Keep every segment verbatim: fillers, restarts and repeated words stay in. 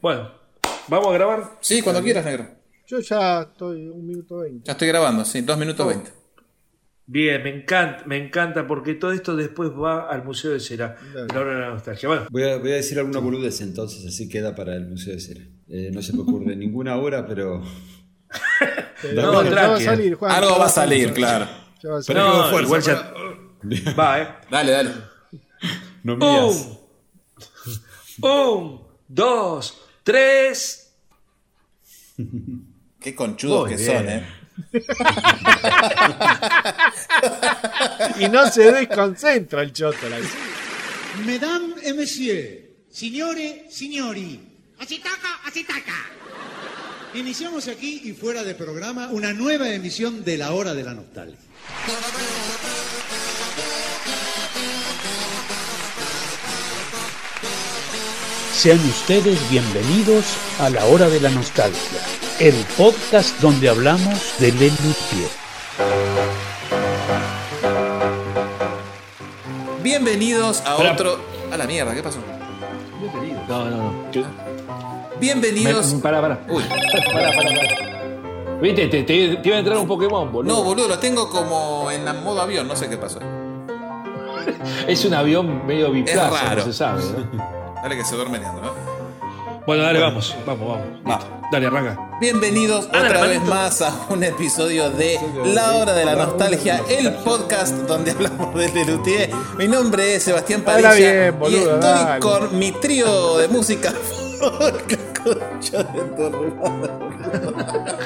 Bueno, ¿vamos a grabar? Sí, cuando quieras, negro. Yo ya estoy un minuto veinte. Ya estoy grabando, sí, dos minutos veinte. Bien, me encanta, me encanta porque todo esto después va al Museo de Cera, la hora de la nostalgia. Bueno, voy, a, voy a decir alguna boludez entonces, así queda para el Museo de Cera. Eh, no se me ocurre ninguna hora, pero... pero no, bueno, ya va a tranqui. salir, Juan. Algo va a salir, claro. Ya va a salir. no, fuerza, igual ya... Va, eh. Dale, dale. No mías. Un, un, dos, tres... Qué conchudos Muy que bien. son, eh. Y no se desconcentra el choto. La... Mesdames et messieurs, signore, signori, así taca, así taca. Iniciamos aquí y fuera de programa una nueva emisión de La Hora de la Nostalgia. Sean ustedes bienvenidos a La Hora de la Nostalgia, el podcast donde hablamos de Lelutier. Bienvenidos a Pará. otro... A la mierda, ¿qué pasó? No, no, no. ¿Qué? Bienvenidos... Me- Pará, pará. Uy, Pará, pará, pará. Viste, te, te, te iba a entrar un Pokémon, boludo. no, boludo, lo tengo como en la modo avión, no sé qué pasó. Es un avión medio biplazo, Es raro. no se sabe, ¿no? Dale que se duerme meneando, ¿no? Bueno, dale, vamos, vamos, vamos. Va. Listo. Dale, arranca. Bienvenidos Dale, otra vez manito. más a un episodio de La Hora de la Nostalgia, el podcast donde hablamos de Lelutier. Mi nombre es Sebastián Habla Padilla bien, boludo, y estoy dale. con mi trío de música. ¡Qué concha de tu hermana!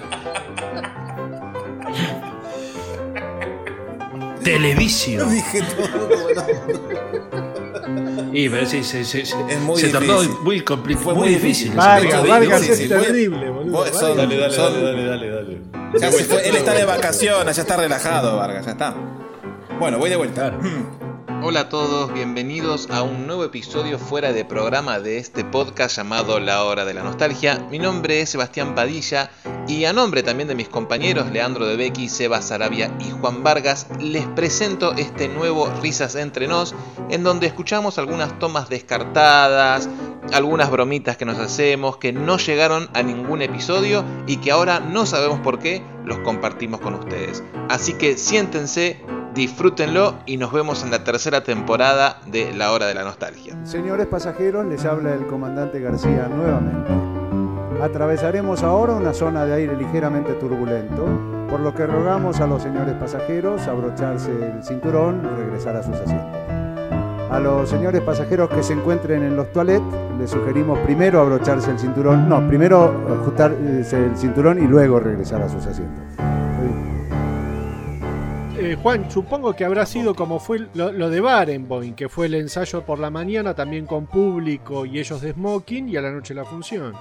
Televisión. Dije todo como Y pero sí, sí, sí, sí. Es muy se tornó difícil. muy complicado. Fue Muy muy difícil. difícil. Vargas, Sí, Vargas sí, es sí, terrible, boludo. Vos Vargas. son- Dale, dale, son- dale, dale, dale, dale. Ya se fue, él está de vacaciones, ya está relajado, Vargas, ya está. Bueno, voy de vuelta. Hola a todos, bienvenidos a un nuevo episodio fuera de programa de este podcast llamado La Hora de la Nostalgia. Mi nombre es Sebastián Padilla y a nombre también de mis compañeros Leandro De Becchi, Seba Sarabia y Juan Vargas, les presento este nuevo Risas Entre Nos, en donde escuchamos algunas tomas descartadas, algunas bromitas que nos hacemos, que no llegaron a ningún episodio y que ahora no sabemos por qué los compartimos con ustedes. Así que siéntense, disfrútenlo y nos vemos en la tercera temporada de La Hora de la Nostalgia. Señores pasajeros, les habla el comandante García nuevamente. Atravesaremos ahora una zona de aire ligeramente turbulento, por lo que rogamos a los señores pasajeros abrocharse el cinturón y regresar a sus asientos. A los señores pasajeros que se encuentren en los toilets, les sugerimos primero abrocharse el cinturón, no, primero ajustarse el cinturón y luego regresar a sus asientos. Eh, Juan, supongo que habrá sido como fue lo, lo de Barenboim, que fue el ensayo por la mañana también con público y ellos de smoking y a la noche la función.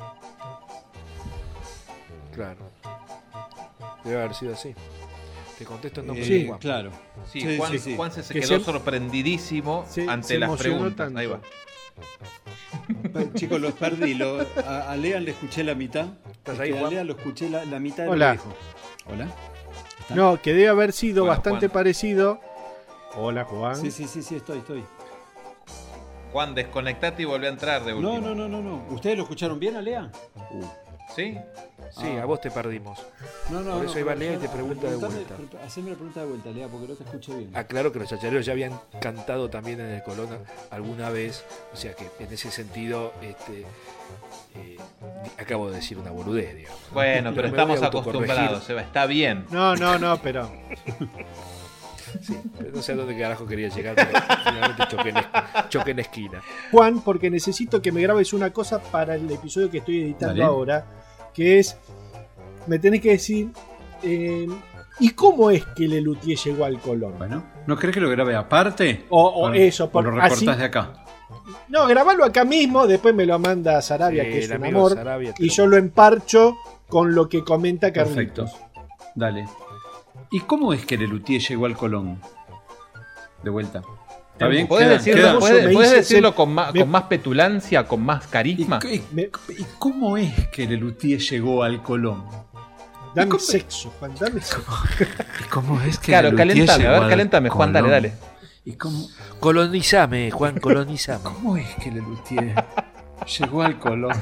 Claro. Debe haber sido así. Te contesto en nombre Sí. de Juan. Claro. Sí, Sí, Juan, sí, sí. Juan se, se Que quedó se- sorprendidísimo Sí, ante se las emocionó preguntas. tanto. Ahí va. Chicos, los perdí. Lo, a, a Lean le escuché la mitad. ¿Estás Es ahí, que a Juan? Lean lo escuché la, la mitad de Hola. lo que dijo. Hola. ¿Está? No, que debe haber sido Bueno, bastante Juan. parecido. Hola, Juan. Sí, sí, sí, sí, estoy, estoy. Juan, desconectate y volví a entrar de último. No, no, no, no, no. ¿Ustedes lo escucharon bien, a Lea? ¿Sí? Sí, Ah. a vos te perdimos. No, no, Por no, eso iba pero- Lea y te pregunta de preguntame- vuelta. pre- Haceme la pregunta de vuelta, Lea, porque no te escuché bien. Aclaro que los chachareros ya habían cantado también en el Colón alguna vez, o sea que en ese sentido este, eh, acabo de decir una boludez, digamos. Bueno, pero me estamos voy a autocorregir. acostumbrados, Seba, está bien. No, no, no, pero Sí, pero no sé a dónde carajo quería llegar, pero finalmente choqué en, la- choqué en la esquina. Juan, porque necesito que me grabes una cosa para el episodio que estoy editando Dale. ahora, que es, me tenés que decir, eh, ¿y cómo es que Lelutier llegó al Colón? Bueno, ¿no crees que lo grabe aparte? O, o eso, o por, lo recortás así- de acá. No, grabalo acá mismo, después me lo manda Sarabia, Sí, que es el un amigo amor, Sarabia te y lo- yo lo emparcho con lo que comenta Perfecto. Carlitos. Dale. ¿Y cómo es que Lelutier llegó al Colón? De vuelta. ¿Está bien? ¿Podés Queda- decirlo, queda- podés- me podés hice- decirlo se- con, más, me- con más petulancia, con más ¿Y, carisma? y- Me- y cómo es que Lelutier llegó al Colón? Dame cómo- sexo, Juan, dame sexo. ¿Y cómo es que Claro, Lelutier calentame, a llegó ver, al calentame, Juan, dale, Colón? dale. ¿Y cómo, Colonizame, Juan, colonizame. cómo es que Lelutier Llegó al Colón.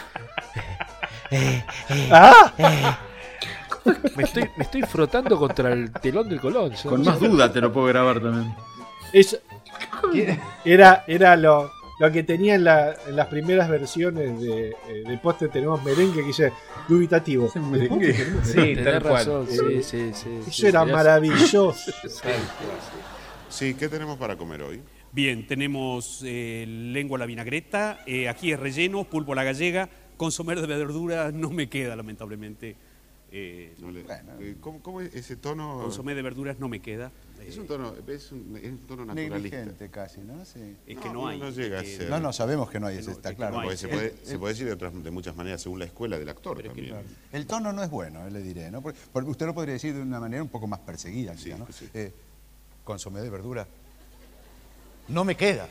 ¡Ah! Me estoy, me estoy frotando contra el telón del Colón. ¿sabes? Con más duda te lo puedo grabar también. Eso, era era lo, lo que tenía en, la, en las primeras versiones de, eh, de Poste Tenemos Merengue, que dice dubitativo. Es un merengue. Sí, Tenés tal cual. razón, sí, sí, sí. Eso sí, era sí, maravilloso. Sí, ¿qué tenemos para comer hoy? Bien, tenemos eh, lengua a la vinagreta, eh, aquí es relleno, pulpo a la gallega, consomé de verdura no me queda, lamentablemente. Eh, No le- eh, ¿Cómo, cómo es ese tono? consomé de verduras no me queda. Es un tono, es un, es un tono naturalista. Negligente casi, ¿no? Sí. Es que No, no hay. no llega a es que- ser. No, no, sabemos que no hay, Que eso no, está es que claro. no hay. Porque se puede, se puede decir de, otras, de muchas maneras según la escuela del actor Pero es que también. El tono no es bueno, eh, le diré, ¿no? Porque, porque usted lo podría decir de una manera un poco más perseguida, Sí, quizá, ¿no? sí. Eh, consomé de verdura. No me queda.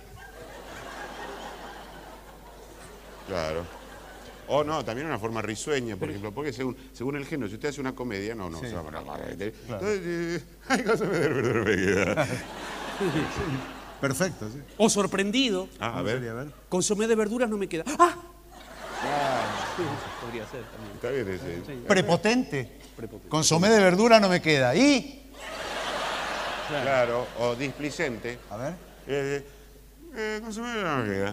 Claro. O no, también una forma risueña, por ejemplo, porque según, según el género, si usted hace una comedia, no, no, Sí. se va a poner mal. Entonces, Claro. eh, ay, consomé de verdura me queda. Perfecto, sí. O sorprendido, Ah, a ¿Cómo ver, sería? A ver. consomé de verduras no me queda. ¡Ah! Sí, podría ser también. está bien ese. Sí. Prepotente. Prepotente. Consomé de verdura no me queda. ¿Y? Claro, o displicente. A ver. Eh, eh, consomé de verdura no me queda.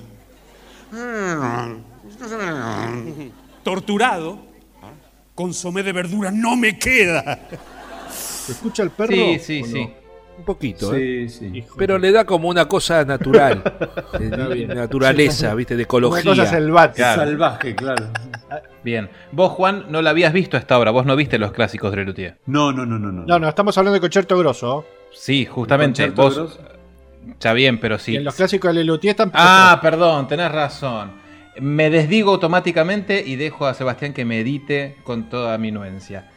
Eh, consomé de verdura no me queda. Torturado, consomé de verduras no me queda. ¿Se escucha el perro? Sí, sí, o no? sí. Un poquito, ¿eh? Sí, sí. Pero le da como una cosa natural. de naturaleza, ¿viste? De Una ecología. cosa selvática. Claro. Salvaje, claro. Bien. Vos, Juan, no la habías visto hasta ahora. Vos no viste los clásicos de Lelutier. No, no, no, no, no. No, no, estamos hablando de concierto grosso. Sí, justamente. Concierto Vos. grosso. Está bien, pero Y sí. en los clásicos de Lelutier están. Ah, perdón, tenés razón. Me desdigo automáticamente y dejo a Sebastián que me edite con toda mi nuencia.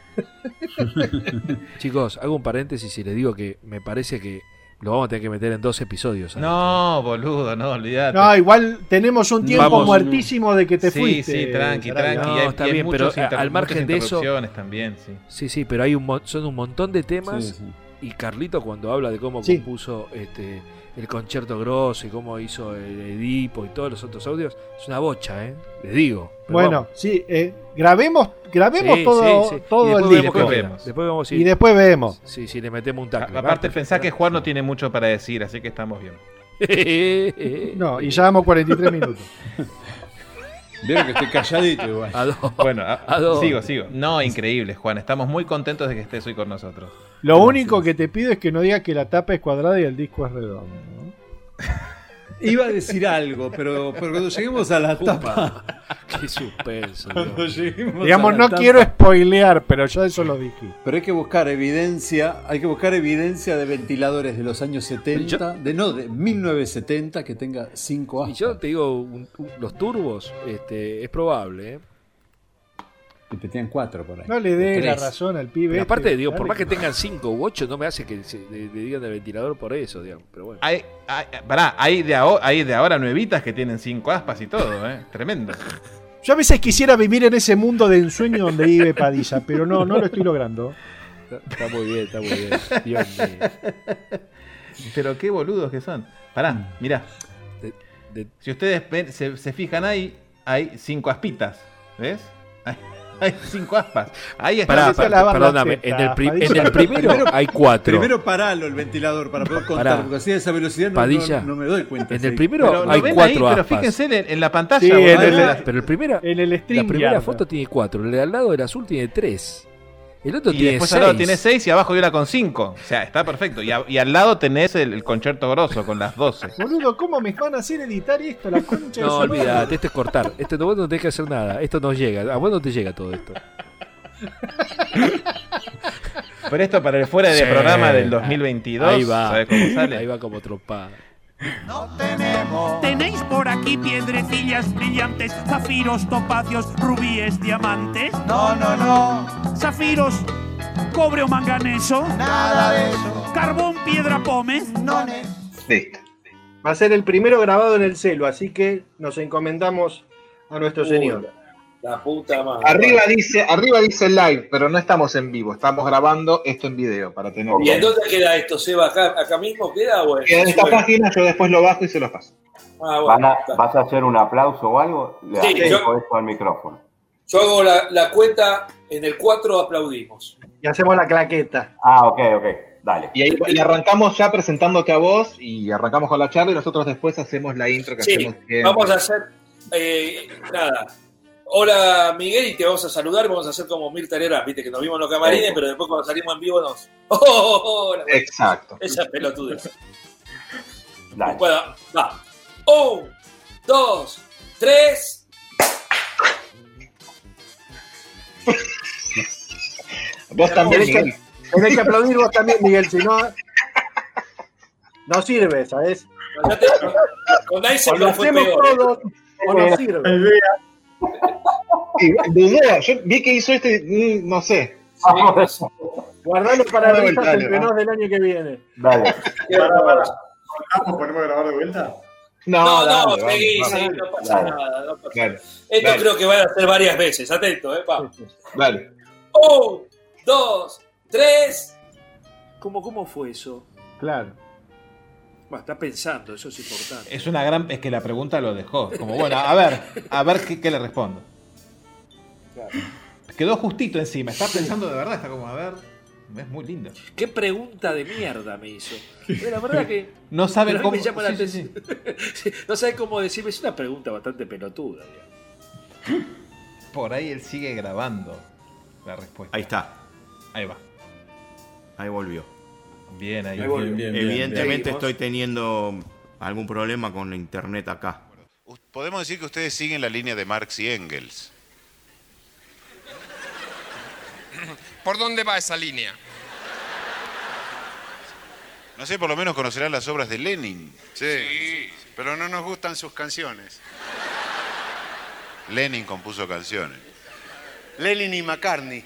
Chicos, hago un paréntesis y les digo que me parece que lo vamos a tener que meter en dos episodios. ¿sabes? No, boludo, no, olvidate. No, igual tenemos un tiempo Vamos. muertísimo de que te sí, fuiste. sí, tranqui, Sarabia. tranqui. No, y hay, está y hay bien, muchos pero, inter- al margen muchas de eso- interrupciones también, sí. Sí, sí, pero hay un mon- son un montón de temas. Sí, sí. Y Carlito, cuando habla de cómo Sí. compuso este el concierto grosso y cómo hizo el Edipo y todos los otros audios, es una bocha, ¿eh? Les digo. Pero Bueno, vamos. sí, eh, grabemos, grabemos Sí, todo, sí, sí. todo Y el después disco. vemos, vemos. Después vamos a Y ir. después vemos. Sí, sí, le metemos un A- tackle. aparte, ¿va? pensá que Juan no tiene mucho para decir, así que estamos bien. No, y ya vamos cuarenta y tres minutos. Vieron que estoy calladito igual. A dos. Bueno, a- ¿A dónde? sigo, sigo. No, increíble, Juan. Estamos muy contentos de que estés hoy con nosotros. Lo único que te pido es que no digas que la tapa es cuadrada y el disco es redondo. ¿no? Iba a decir algo, pero, pero cuando lleguemos a la tapa. Qué suspenso. Cuando Dios. lleguemos Digamos, a la no tapa- quiero spoilear, pero ya eso lo dije. Pero hay que buscar evidencia, hay que buscar evidencia de ventiladores de los años setenta, de no, de mil novecientos setenta que tenga cinco Y aspas. yo te digo, un- un- los turbos, este, es probable, ¿eh? Y te tenían cuatro por ahí. No le dé la Tres. razón al pibe. Pero aparte, este, digo, por dale. más que tengan cinco u ocho, no me hace que se, le, le digan de ventilador por eso, digamos. Pero bueno. Hay, hay, pará, hay de, ahora, hay de ahora nuevitas que tienen cinco aspas y todo, ¿eh? Tremendo. Yo a veces quisiera vivir en ese mundo de ensueño donde vive Padilla, pero no, no lo estoy logrando. Está, está muy bien, está muy bien. Dios mío. Pero qué boludos que son. Pará, mirá. De- de- Si ustedes ven- se, se fijan ahí, hay cinco aspitas. ¿Ves? Hay, hay cinco aspas. Ahí está. Pará, Empieza a pa- lavar perdóname, las en tetas, el, pri- Padilla. en el primero hay cuatro. Primero paralo el ventilador para poder contar, Pará. porque así a esa velocidad no, Padilla, no, no me doy cuenta. en si el hay- primero Pero ¿lo hay ven cuatro ahí? Pero aspas. fíjense en, en la pantalla. Sí, boludo. en el- Pero el primera, En el stream. la primera ya, foto tiene cuatro, el de al lado del azul tiene tres. El otro Y tiene después seis. al lado tiene seis y abajo viene con cinco. O sea, está perfecto. Y, a- y al lado tenés el, el concierto grosso con las doce. Boludo, ¿cómo me van a hacer editar esto? La concha de No, su madre. olvídate, esto es cortar. Esto no, vos no tenés que hacer nada. Esto no llega. A vos no te llega todo esto. Pero esto para el fuera de Sí. programa del dos mil veintidós. Ahí va. ¿Sabés cómo sale? Ahí va como trompada. Tenéis por aquí piedrecillas brillantes, zafiros, topacios, rubíes, diamantes. No, no, no, Zafiros, cobre o manganeso. nada de eso. Carbón, piedra, pómez. No, ne. Listo. Va a ser el primero grabado en el celo, así que nos encomendamos a nuestro Señor. La puta madre. Arriba dice, arriba dice live, pero no estamos en vivo. Estamos grabando esto en video para tenerlo. ¿Y en dónde queda esto, Seba? ¿Acá, acá mismo queda? Bueno, Queda en esta página, yo después lo bajo y se los paso. Ah, bueno, ¿Van a- está. ¿Vas a hacer un aplauso o algo? Le Sí, acerco yo- esto al micrófono. Yo hago la, la cuenta, en el cuatro aplaudimos. Y hacemos la claqueta. Ah, ok, ok. Dale. Y ahí y arrancamos ya presentándote a vos y arrancamos con la charla y nosotros después hacemos la intro que Sí, hacemos siempre. vamos a hacer, eh, nada. Hola Miguel, y te vamos a saludar, vamos a hacer como Mirta Legrand, viste que nos vimos en los camarines, Eso. pero después cuando salimos en vivo nos... ¡Oh, oh, oh! La- Exacto. Esa pelotudez. Dale. Bueno, va. Un, dos, tres. Vos también, Tenés que, Miguel. tenés que aplaudir vos también, Miguel, si no, no sirve, ¿sabes? Ya te- Con Nice O lo fue hacemos peor. todos o no sirve. Sí, dudó. Yo vi que hizo este, mm, no sé. Guardalo para Dale, risas dale, el penós del año que viene. Dale. Pará, pará. ¿Vamos, ponemos a grabar de vuelta? No, no, dale, vamos, seguí, vamos. seguí, no pasa Dale. nada. No pasa Dale, nada. Esto dale. creo que van a ser varias veces, atento, eh, pa. Dale. Un, dos, tres. ¿Cómo, cómo fue eso? Claro. Bueno, está pensando, eso es importante. Es una gran. Es que la pregunta lo dejó. Como, bueno, a ver, a ver qué, qué le respondo. Quedó justito encima. Está pensando de verdad, está como, a ver. Es muy lindo. Qué pregunta de mierda me hizo. Pero la verdad que. No sabe pero a mí cómo- me llama la sí, sí, atención. Sí, no sabe cómo decirme. Es una pregunta bastante pelotuda. digamos. Por ahí él sigue grabando la respuesta. Ahí está. Ahí va. Ahí volvió. Bien, ahí. Ahí va. volvió. Bien, bien, bien. Evidentemente Seguimos. estoy teniendo algún problema con la internet acá. Podemos decir que ustedes siguen la línea de Marx y Engels. ¿Por dónde va esa línea? No sé, por lo menos conocerán las obras de Lenin. Sí, pero no nos gustan sus canciones. Lenin compuso canciones. Lenin y McCartney.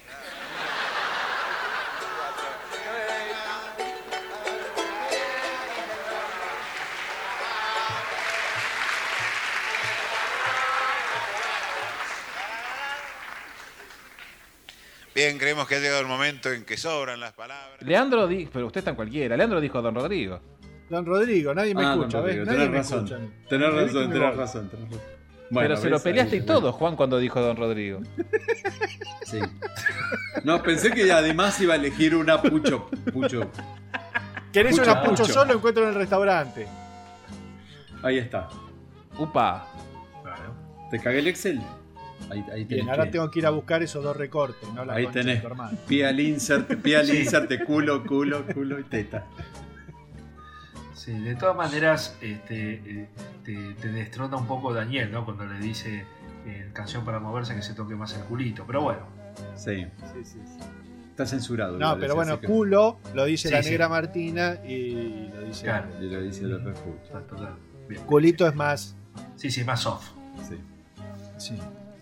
Bien, creemos que ha llegado el momento en que sobran las palabras. Leandro dijo, pero usted está en cualquiera. Leandro dijo Don Rodrigo. Don Rodrigo, nadie me Ah, don escucha, ¿ves? Rodrigo, Nadie tenés me razón. escucha. Tenés Me vi que razón, me tenés voy. razón, tenés razón. pero Bueno, se lo ves, peleaste ahí, y todo, Juan, cuando dijo Don Rodrigo. Sí. No, pensé que además iba a elegir una pucho. pucho. ¿Querés Pucho, una pucho pucho. solo? Encuentro en el restaurante. Ahí está. Upa. ¿Te cagué el Excel? Ahí, ahí tenés Bien, ahora que- tengo que ir a buscar esos dos recortes, ¿no? La Ahí concha de tenés. tu hermano. Pie al insert, pie al Sí. insert, culo, culo, culo y teta. Sí, de todas maneras, este, eh, te, te destrona un poco Daniel, ¿no? Cuando le dice en Canción para Moverse que se toque más el culito. Pero bueno. Sí. Está censurado. No, igual, pero así bueno, que- culo lo dice Sí, la sí. negra Martina y lo dice. Claro. Y lo dice López Pucho. Total. Bien. Culito es más. Sí, sí, más soft. Sí. Sí.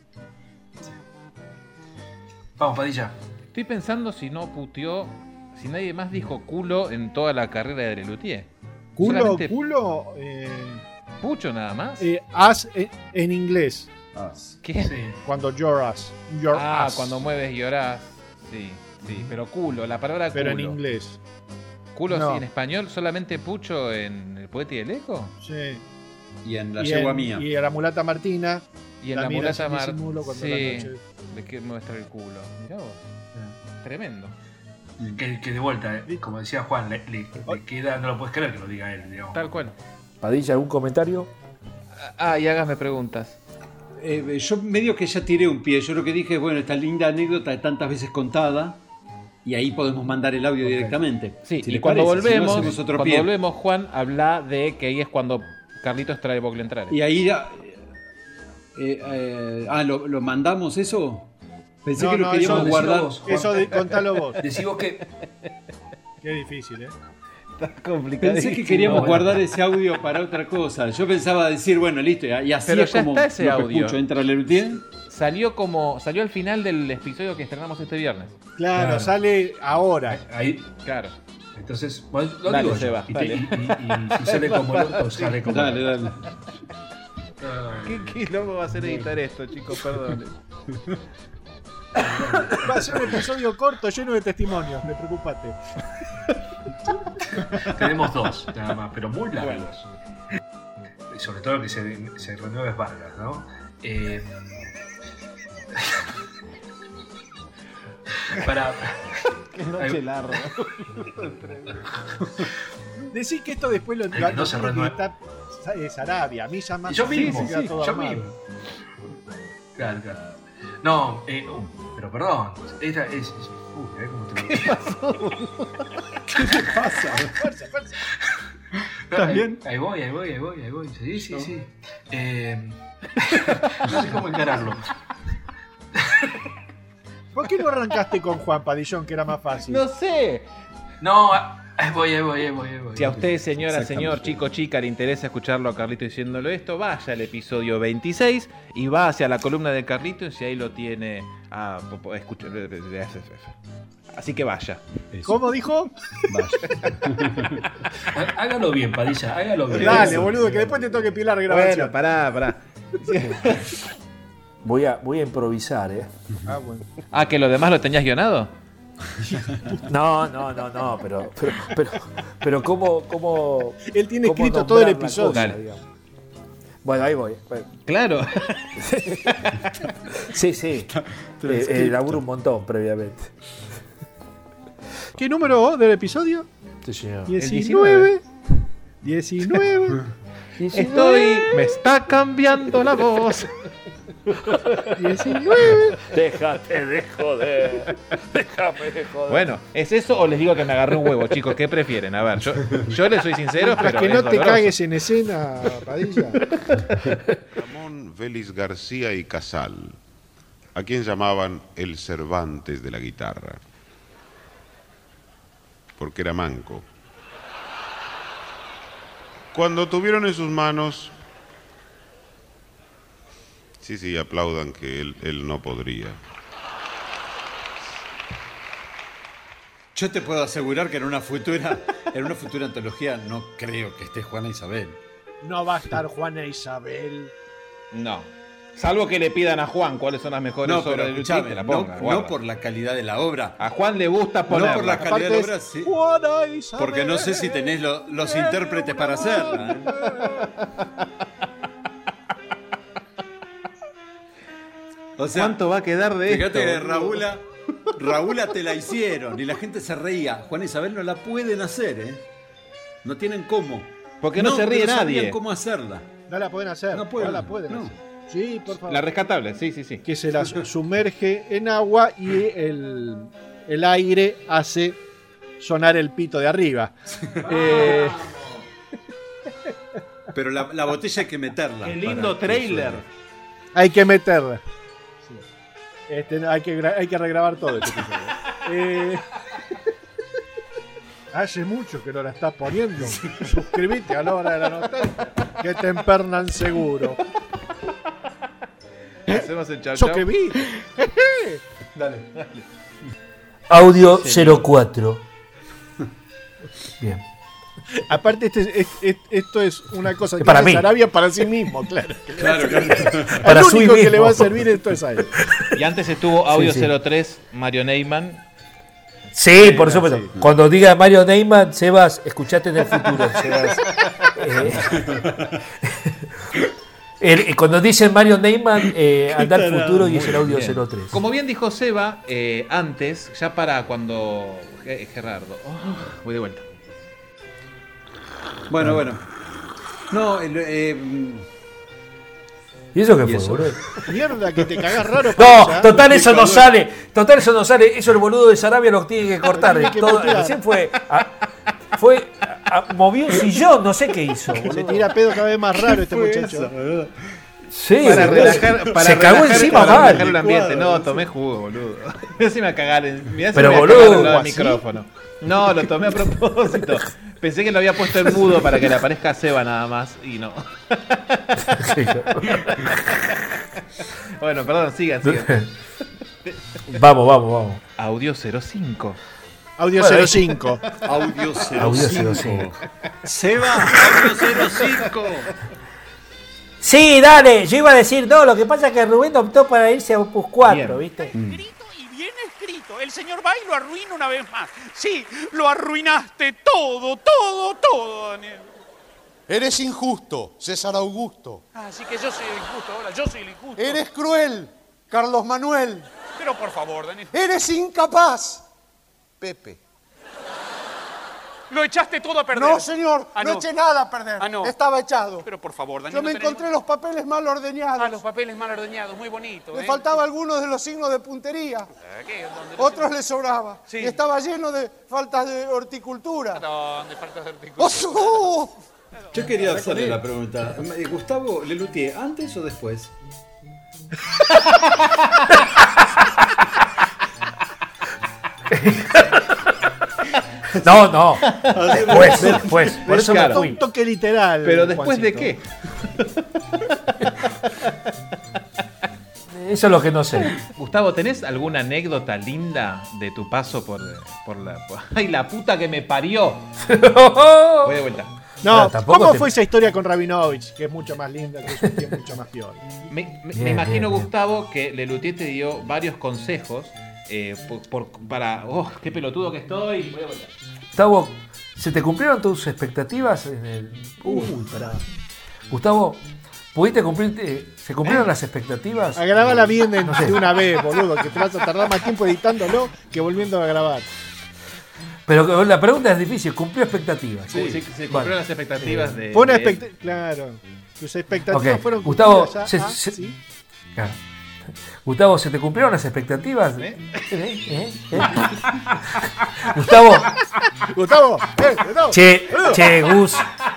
Vamos, Padilla. Estoy pensando si no puteó, si nadie más dijo culo en toda la carrera de Lelutier. Culo, Solamente culo. Eh, Pucho nada más. eh, as en, en inglés. As. ¿Qué? Sí. Cuando lloras. Your Ah, ass. cuando mueves y llorás. Sí, sí, pero culo, la palabra culo. Pero en inglés. Culo No. sí, en español, solamente Pucho en El Poeta y el Eco. Sí. Y en la y yegua en, mía. Y en la mulata Martina. Y en la la mira mulata sin mar. disimulo cuando Sí, la noche- le quiere mostrar el culo. Mirá vos. Tremendo. Que, que de vuelta, eh, como decía Juan, le, le- le queda, no lo puedes creer que lo diga él, digamos. Tal cual. Padilla, ¿algún comentario? Ah, y hágame preguntas. Eh, yo medio que ya tiré un pie. Yo lo que dije es, bueno, esta linda anécdota tantas veces contada. Y ahí podemos mandar el audio directamente. Sí, Si y les cuando parece, si no, volvemos, hacemos otro cuando pie. volvemos, Juan, habla de que ahí es cuando Carlitos trae Bogle entrar. Y ahí ya. eh, eh, ah, ¿lo, lo mandamos eso? Pensé No, que lo no, queríamos eso- guardar. decilo vos, Juan. Eso de- contalo vos. Decí vos que. Qué difícil, ¿eh? Está complicado. Pensé que queríamos guardar ese audio para otra cosa. Yo pensaba decir, bueno, listo, y y así Pero es ya como está ese lo que audio. escucho. Entra Lelutier. Salió como. Salió al final del episodio que estrenamos este viernes. Claro, Claro. sale ahora. Ahí. Claro. Entonces, bueno, lo Dale, digo yo. Seba, y, te- dale. y- y- y si sale como el orto, sale como. Dale, dale. ¿Qué quilombo va a ser editar esto, chicos? Perdón. Va a ser un episodio corto, lleno de testimonios, me preocupate. Tenemos dos, nada más, pero muy largos. sobre todo el que se, se renueva es Vargas, ¿no? Eh, para... Qué noche Ay. larga. Decís que esto después lo, que lo, no lo se tiene que renueva. estar es Arabia. A mí ya más Yo sí, mismo, se queda sí, todo yo armado. mismo. Claro, claro. No, eh, uh, pero perdón. Esta es. es uy, a ver cómo te lo ¿Qué pasó? ¿Qué te pasa? Fuerza, fuerza. ¿Estás ahí, bien? Ahí voy, ahí voy, ahí voy, ahí voy. Sí, sí, sí. Eh, no sé cómo encararlo. ¿Por qué no arrancaste con Juan Padillón, que era más fácil? No sé. No, ahí voy, ahí voy, ahí voy, ahí voy. Si a usted, señora, Exactamente. señor, chico, chica, le interesa escucharlo a Carlito diciéndolo esto, vaya al episodio veintiséis y va hacia la columna de Carlito y ahí lo tiene a escuchar. Así que vaya. ¿Cómo dijo? Hágalo bien, Padilla, hágalo bien. Dale, boludo, que después te toque pilar grabación. Bueno, pará, pará. Voy a, voy a improvisar, ¿eh? Ah, bueno. Ah, ¿que lo demás lo tenías guionado? No, no, no, no, pero, pero, pero, pero ¿cómo, cómo Él tiene cómo escrito todo el nombrar la episodio. cosa, Dale. digamos? Bueno, ahí voy. Bueno. Claro. Sí, sí. Eh, eh, laburo un montón previamente. ¿Qué número del episodio? Sí, señor. diecinueve. diecinueve. Estoy. Me está cambiando la voz. diecinueve. Déjate de joder. Déjame de joder. Bueno, ¿es eso o les digo que me agarré un huevo, chicos? ¿Qué prefieren? A ver, yo, yo les soy sincero, Mientras pero que es no te doloroso. cagues en escena, Padilla. Ramón Vélez García y Casal, a quien llamaban el Cervantes de la guitarra, porque era manco. Cuando tuvieron en sus manos... Sí, sí, aplaudan que él, él no podría. Yo te puedo asegurar que en una futura, en una futura antología no creo que esté Juana Isabel. No va a estar Juana Isabel. No. Salvo que le pidan a Juan cuáles son las mejores No, obras pero de Luchín, escuchame, te la no, ponga, no guarda. por la calidad de la obra. A Juan le gusta ponerla. No por la calidad de la obra, sí. Juana Isabel. Porque no sé si tenés lo- los intérpretes para hacerla. ¿eh? O sea, ¿Cuánto va a quedar de fíjate esto? que boludo? Raúla, Raúla te la hicieron y la gente se reía. Juana Isabel no la pueden hacer, ¿eh? No tienen cómo. Porque no se ríe no nadie. sabían cómo hacerla. No la pueden hacer. No pueden, la pueden no. hacer. Sí, por favor. La rescatable, sí, sí, sí. Que se la sumerge en agua y el, el aire hace sonar el pito de arriba. Eh, Pero la, la botella hay que meterla. Qué lindo para que trailer. suene. hay que meterla. Sí. Este, hay, que, gra- hay que regrabar todo este episodio. Eh, hace mucho que no la estás poniendo. Suscríbete a la hora de la nostalgia, que te empernan seguro. Hacemos el chau chau. Suscribí. Dale, dale. Audio Sí. cero cuatro. Bien. Aparte, este, es- es- esto es una cosa que Para hace mí. Sarabia para sí mismo, claro. Claro, claro. Para El su único que mismo. le va a servir esto es a él. Y antes estuvo Audio Sí, sí. cero tres, Mario Neyman. Sí, por supuesto. Cuando diga Mario Neyman, Sebas, escuchate en el futuro, Sebas. Eh, el- cuando dice Mario Neyman, eh, anda al futuro y es el audio Bien. cero tres. Como bien dijo Seba, eh, antes, ya para cuando... Ge- Gerardo. Oh, voy de vuelta. Bueno, bueno. No, el, eh, ¿Y eso qué ¿Y fue, eso? boludo? Mierda, que te cagás raro. No, Padilla. total eso no Picador. sale. Total eso no sale. Eso el boludo de Sarabia lo tiene que cortar. Tiene que Todo- mutear. recién fue. a- fue a- a- movió un sillón, no sé qué hizo. Se boludo. tira pedo cada vez más raro este muchacho. Sí, Para boludo. relajar, para se cagó relajar, encima para mal. relajar el ambiente. No, tomé jugo, boludo. Mirá si me va a cagar. en- Mirá si Pero, me voy a boludo, cagar al lado del ¿así? micrófono. No, lo tomé a propósito. Pensé que lo había puesto en mudo para que le aparezca a Seba nada más y no. Bueno, perdón, sigan, sigan. Vamos, vamos, vamos. Audio cero cinco. Audio Bueno, cero cinco. Audio Audio cero cero cinco. cinco. Seba, Audio cero cinco. Sí, dale. Yo iba a decir, no, lo que pasa es que Rubén optó para irse a Opus cuatro, Bien. ¿viste? Escrito y bien escrito. El señor va y lo arruina una vez más. Sí, lo arruinaste todo, todo, todo, Daniel. Eres injusto, César Augusto. Ah, así que yo soy el injusto ahora, yo soy el injusto. Eres cruel, Carlos Manuel. Pero por favor, Daniel. Eres incapaz, Pepe. Lo echaste todo a perder. No, señor, Ah, no no. eché nada a perder. Ah, no. Estaba echado. Pero por favor, Daniel. Yo me no tenés- encontré los papeles mal ordeñados. Ah, los papeles mal ordeñados, muy bonito. Me ¿eh? faltaba algunos de los signos de puntería. ¿A qué? ¿Dónde? Otros le sobraba. Sí. Y estaba lleno de faltas de horticultura. ¿Dónde faltas de artículos? ¡Oh! Yo quería hacerle la pregunta. Eh, Gustavo Lelutier, ¿antes o después? No, no. Después, después. Por eso me fui. Un toque literal. Pero después de Juancito. qué? Eso es lo que no sé. Gustavo, ¿tenés alguna anécdota linda de tu paso por, por la... por- ¡Ay, la puta que me parió! Voy de vuelta. No, Bueno, tampoco ¿cómo te- fue esa historia con Rabinovich? Que es mucho más linda, que es mucho más peor. Me, me- Bien, me imagino, bien, bien. Gustavo, que Lelutier te dio varios consejos eh, por, por- para... ¡Oh, qué pelotudo que estoy! Voy de vuelta. Gustavo, ¿se te cumplieron tus expectativas en el. Uy, pará. Gustavo, ¿pudiste cumplirte? ¿Se cumplieron las expectativas? A grabarla bien de, No sé. de una vez, boludo, que te vas a tardar más tiempo editándolo que volviendo a grabar. Pero la pregunta es difícil, ¿cumplió expectativas? Sí, sí, se cumplieron Bueno. las expectativas de... Fue una de- expectativa. Claro. Tus expectativas Ok, fueron Gustavo, cumplidas ya. se- Ah, se- ¿sí? Claro. Gustavo, ¿se te cumplieron las expectativas? ¿Eh? ¿Eh? ¿Eh? Gustavo. Gustavo, eh, Gustavo. Che, che, Gus.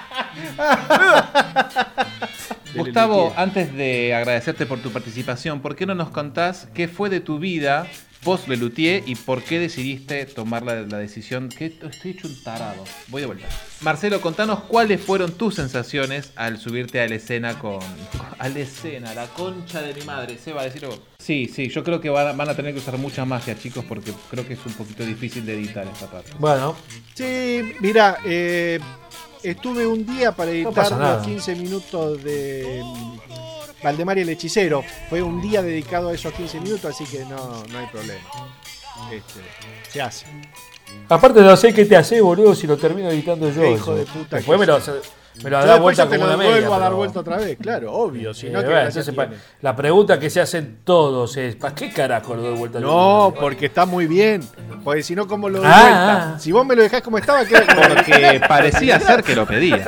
Gustavo, antes de agradecerte por tu participación, ¿por qué no nos contás qué fue de tu vida post Lelutier y por qué decidiste tomar la, la decisión? Que estoy hecho un tarado. Voy de vuelta. Marcelo, contanos cuáles fueron tus sensaciones al subirte a la escena con... A la escena, la concha de mi madre. Seba, decirlo. Sí, sí, yo creo que van a, van a tener que usar mucha magia, chicos, porque creo que es un poquito difícil de editar esta parte. Bueno. Sí, mira, eh, estuve un día para editar pasa nada. los quince minutos de mm, Valdemar y el hechicero. Fue un día dedicado a esos quince minutos, así que no, no hay problema. Este, se hace. Aparte no sé qué te hace, boludo, si lo termino editando yo. Qué hijo eso. de puta Después que me lo, sos. me lo Yo da después vuelta ya te como lo una media. vuelvo a dar pero- vuelta otra vez, claro, obvio. Si Eh, no, ¿qué bueno, gracia entonces, pa- tiene? la pregunta que se hacen todos es: ¿para qué carajo lo doy vuelta? No, porque está muy bien. Porque si no, ¿cómo lo doy Ah, vuelta? ah. Si vos me lo dejás como estaba, queda como... Porque parecía ser que lo pedía.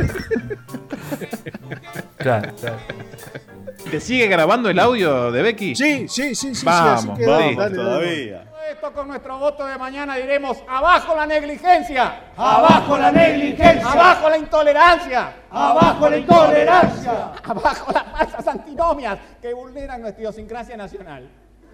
Claro, claro. ¿Te sigue grabando el audio de Becky? Sí, sí, sí, sí. Vamos, sí, así quedó. vamos Dale, dale. todavía. Esto con nuestro voto de mañana diremos abajo la negligencia, abajo la negligencia, abajo la intolerancia, abajo la intolerancia, abajo las falsas antinomias que vulneran nuestra idiosincrasia nacional.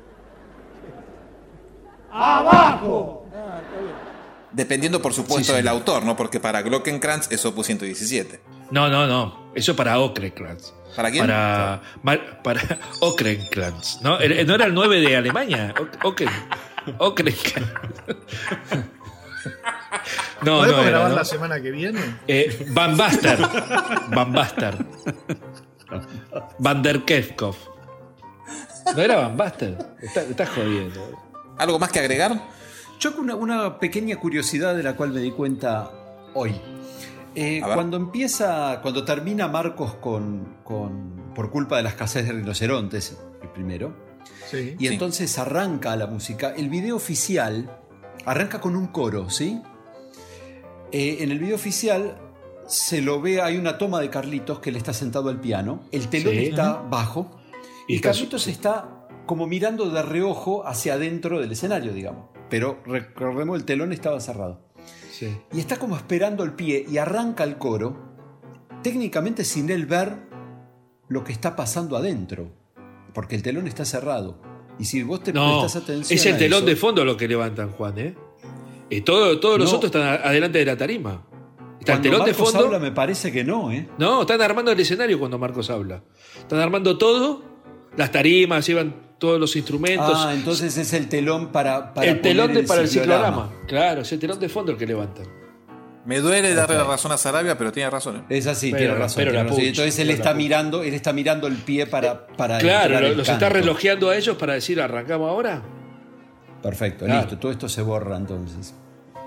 ¡Abajo! Ah, está bien. Dependiendo, por supuesto, Sí, sí. del autor, ¿no? Porque para Glockenkrantz es Opus ciento diecisiete. No, no, no. Eso para Okrenkrantz. ¿Para quién? Para, ma- para Okrenkrantz. ¿No? ¿Era- ¿No era el nueve de Alemania? O- Okren. Okrenkrantz. No, ¿Podemos no era, grabar ¿no? la semana que viene? Eh, Van Baster. Van Baster. Van der Kefkov. ¿No era Van Baster? Está- Estás jodiendo. ¿Algo más que agregar? Yo con una, una pequeña curiosidad de la cual me di cuenta hoy. Eh, A ver. cuando empieza, cuando termina Marcos con, con por culpa de la escasez de rinocerontes, el primero, Sí. y entonces arranca la música, el video oficial arranca con un coro, ¿sí? Eh, en el video oficial se lo ve, hay una toma de Carlitos que le está sentado al piano, el telón Sí. está bajo, Y y, está su- Carlitos está como mirando de reojo hacia adentro del escenario, digamos. Pero recordemos, el telón estaba cerrado. Sí. Y está como esperando el pie y arranca el coro, técnicamente sin él ver lo que está pasando adentro, porque el telón está cerrado. Y si vos te No, prestás atención es el a telón eso- de fondo lo que levantan, Juan, ¿eh? Y todo, todos los No. otros están a- adelante de la tarima. Está el Cuando telón de Marcos fondo. habla, me parece que no, ¿eh? No, están armando el escenario cuando Marcos habla. Están armando todo, las tarimas, llevan todos los instrumentos. Ah, entonces es el telón para, para el telón poner de, para el ciclorama. ciclorama. Claro, es el telón de fondo el que levantan. Me duele darle Ok. la razón a Sarabia, pero tiene razón. ¿eh? Es así, Pero tiene la- razón. pero tiene la razón. puch, Entonces él pero la está puch. mirando, él está mirando el pie para, para Claro, entrar lo- el los está canto. relojeando a ellos para decir arrancamos ahora. Perfecto, Claro. listo. Todo esto se borra entonces.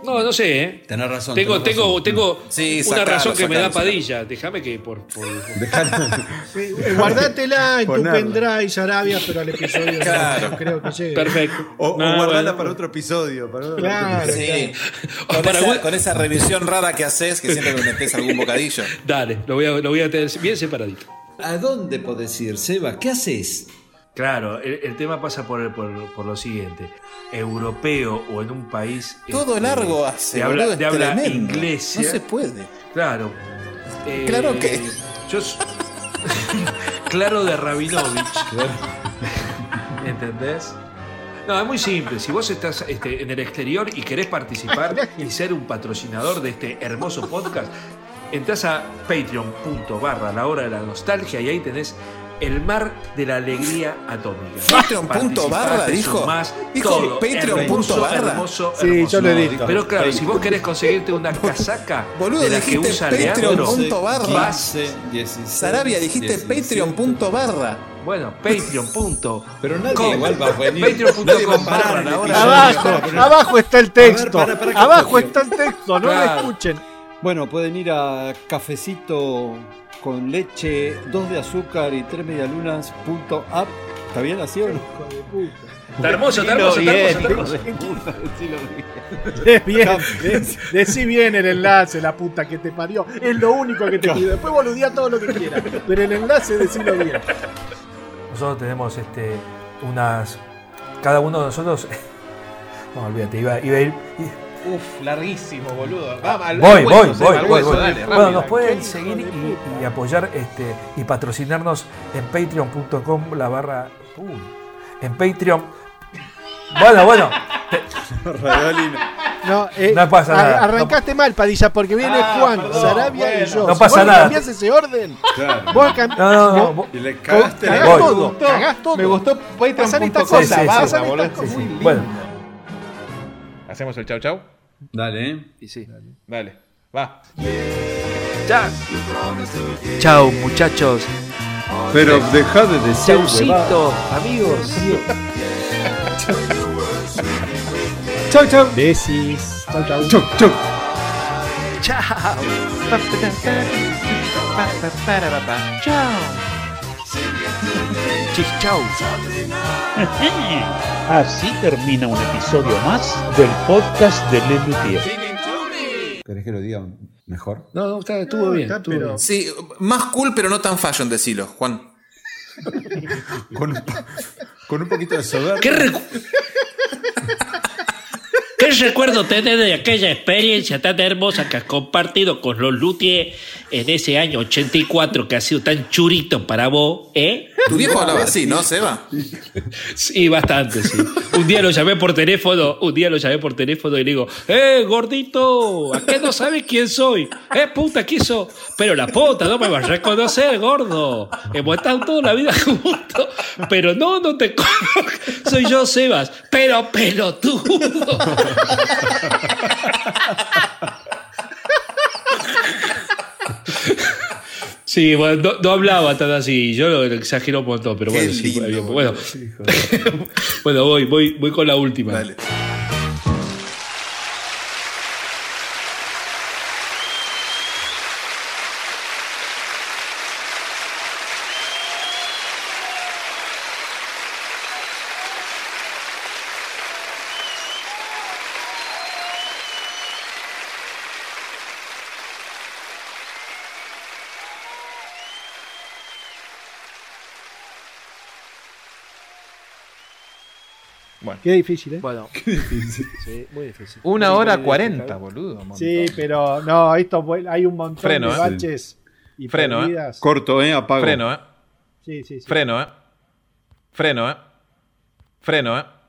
No, no sé, ¿eh? Tenés razón. Tengo, tenés tengo, razón. tengo Sí, una sacalo, razón que me da sacalo, Padilla. Déjame que por. por... Sí, guardátela en tu Ponerla. pendrive, Sarabia, pero al episodio Claro. no creo que llegue. Perfecto. O, o No, guardarla bueno. para otro episodio. Para otro Claro. Sí. Con, Para esa, algún- con esa revisión rara que haces, que siempre me metes algún bocadillo. Dale, lo voy, a, lo voy a tener bien separadito. ¿A dónde podés ir, Seba? ¿Qué haces? Claro, el, el tema pasa por, por, por lo siguiente. Europeo o en un país. Todo este, largo hace, de habla, boludo, es de habla tremendo. inglesa. No se puede. Claro. Eh, Claro que- Yo. s- claro de Rabinovich. ¿Entendés? No, es muy simple. Si vos estás este, en el exterior y querés participar y ser un patrocinador de este hermoso podcast, entras a patreon.com barra la hora de la nostalgia y ahí tenés el mar de la alegría atómica. Patreon.com barra, Participás, dijo. sumás, Dijo todo. Patreon.com Hermoso, barra. hermoso, Sí, hermoso. yo lo he No, visto. Pero claro, si vos querés conseguirte una casaca Boludo, de la que dijiste usa Leandro, Patreon.com barra. vas. Sarabia, dijiste Patreon.com barra. Bueno, Patreon. Pero nadie com. igual va a venir. Patreon.com Nadie va a parar barra el la hora. episodio. Abajo, Para poner- abajo está el texto. A ver, para, para, que abajo copio. está el texto, no Claro. lo escuchen. Bueno, pueden ir a cafecito con leche, dos de azúcar y tres medialunas punto app. ¿Está bien así o no? Está hermoso, está hermoso, está hermoso, está hermoso. Es bien, es- decí bien el enlace, la puta que te parió. Es lo único que te pido. Después boludea todo lo que quieras. Pero el enlace, decilo bien. Nosotros tenemos este unas. Cada uno de nosotros. No, olvídate, iba, iba a ir. Uf, larguísimo, boludo. Vamos, al- Voy, al voy, hueso, Seba, voy, al voy, hueso, voy. dale, Bueno, rápido. nos pueden seguir y, y apoyar este y patrocinarnos en patreon.com la barra. Uy, en Patreon. Bueno, bueno. No, eh, No pasa a- nada. Arrancaste mal, Padilla, porque viene Ah, Juan, perdón, Sarabia bueno. y yo. No Si pasa vos nada. cambiás ese orden. Claro. Vos cam- No, no, no. vos- vos- Y le cagaste cagás la Voy. todo, gustó. cagás todo. Me gustó Pasan estas Patreon.com cosas, la barra, pasan boludo. estas cosas. Bueno. Hacemos el chau chau. Dale, ¿eh? Y sí. Dale, va. Chao. Chao, muchachos. Pero deja de decir. Chaucito, amigos. Chau, chau. Besis. Chau, chau. Chau, chau. Chao. Chis, chau. Así termina un episodio más del podcast de Lelutier. ¿Querés que lo diga mejor? No, no, está- estuvo No, bien. está, Estuvo pero- bien. Sí, más cool, pero no tan fashion, decilo, Juan. Con un, con un poquito de soberbia. ¿Qué, recu- ¿Qué recuerdo tenés de aquella experiencia tan hermosa que has compartido con los Luthier en ese año ochenta y cuatro que ha sido tan churito para vos, eh? Tu viejo hablaba así, ¿no, Seba? Sí, bastante, sí. Un día lo llamé por teléfono, un día lo llamé por teléfono y le digo, ¡eh, gordito! ¿A qué no sabes quién soy? ¡Eh, puta, quién sos! Pero la puta, no me vas a reconocer, gordo. Hemos estado toda la vida juntos, pero no, no te conozco. Soy yo, Sebas, pero pelotudo. Sí, bueno, no, no hablaba tan así, yo lo exagero un montón, pero Qué bueno, sí, lindo, bien, boludo. bueno. Bueno, voy, voy, voy con la última. Dale. Bueno. Qué difícil, ¿eh? Bueno, sí, muy difícil. Una Muy hora difícil. cuarenta, boludo. un montón. Sí, pero no, esto fue- hay un montón Freno, de ¿eh? baches y Freno, ¿eh? perdidas. Corto, ¿eh? Apago. Freno, ¿eh? Sí, sí, sí. Freno, ¿eh? Freno, ¿eh? Freno, ¿eh?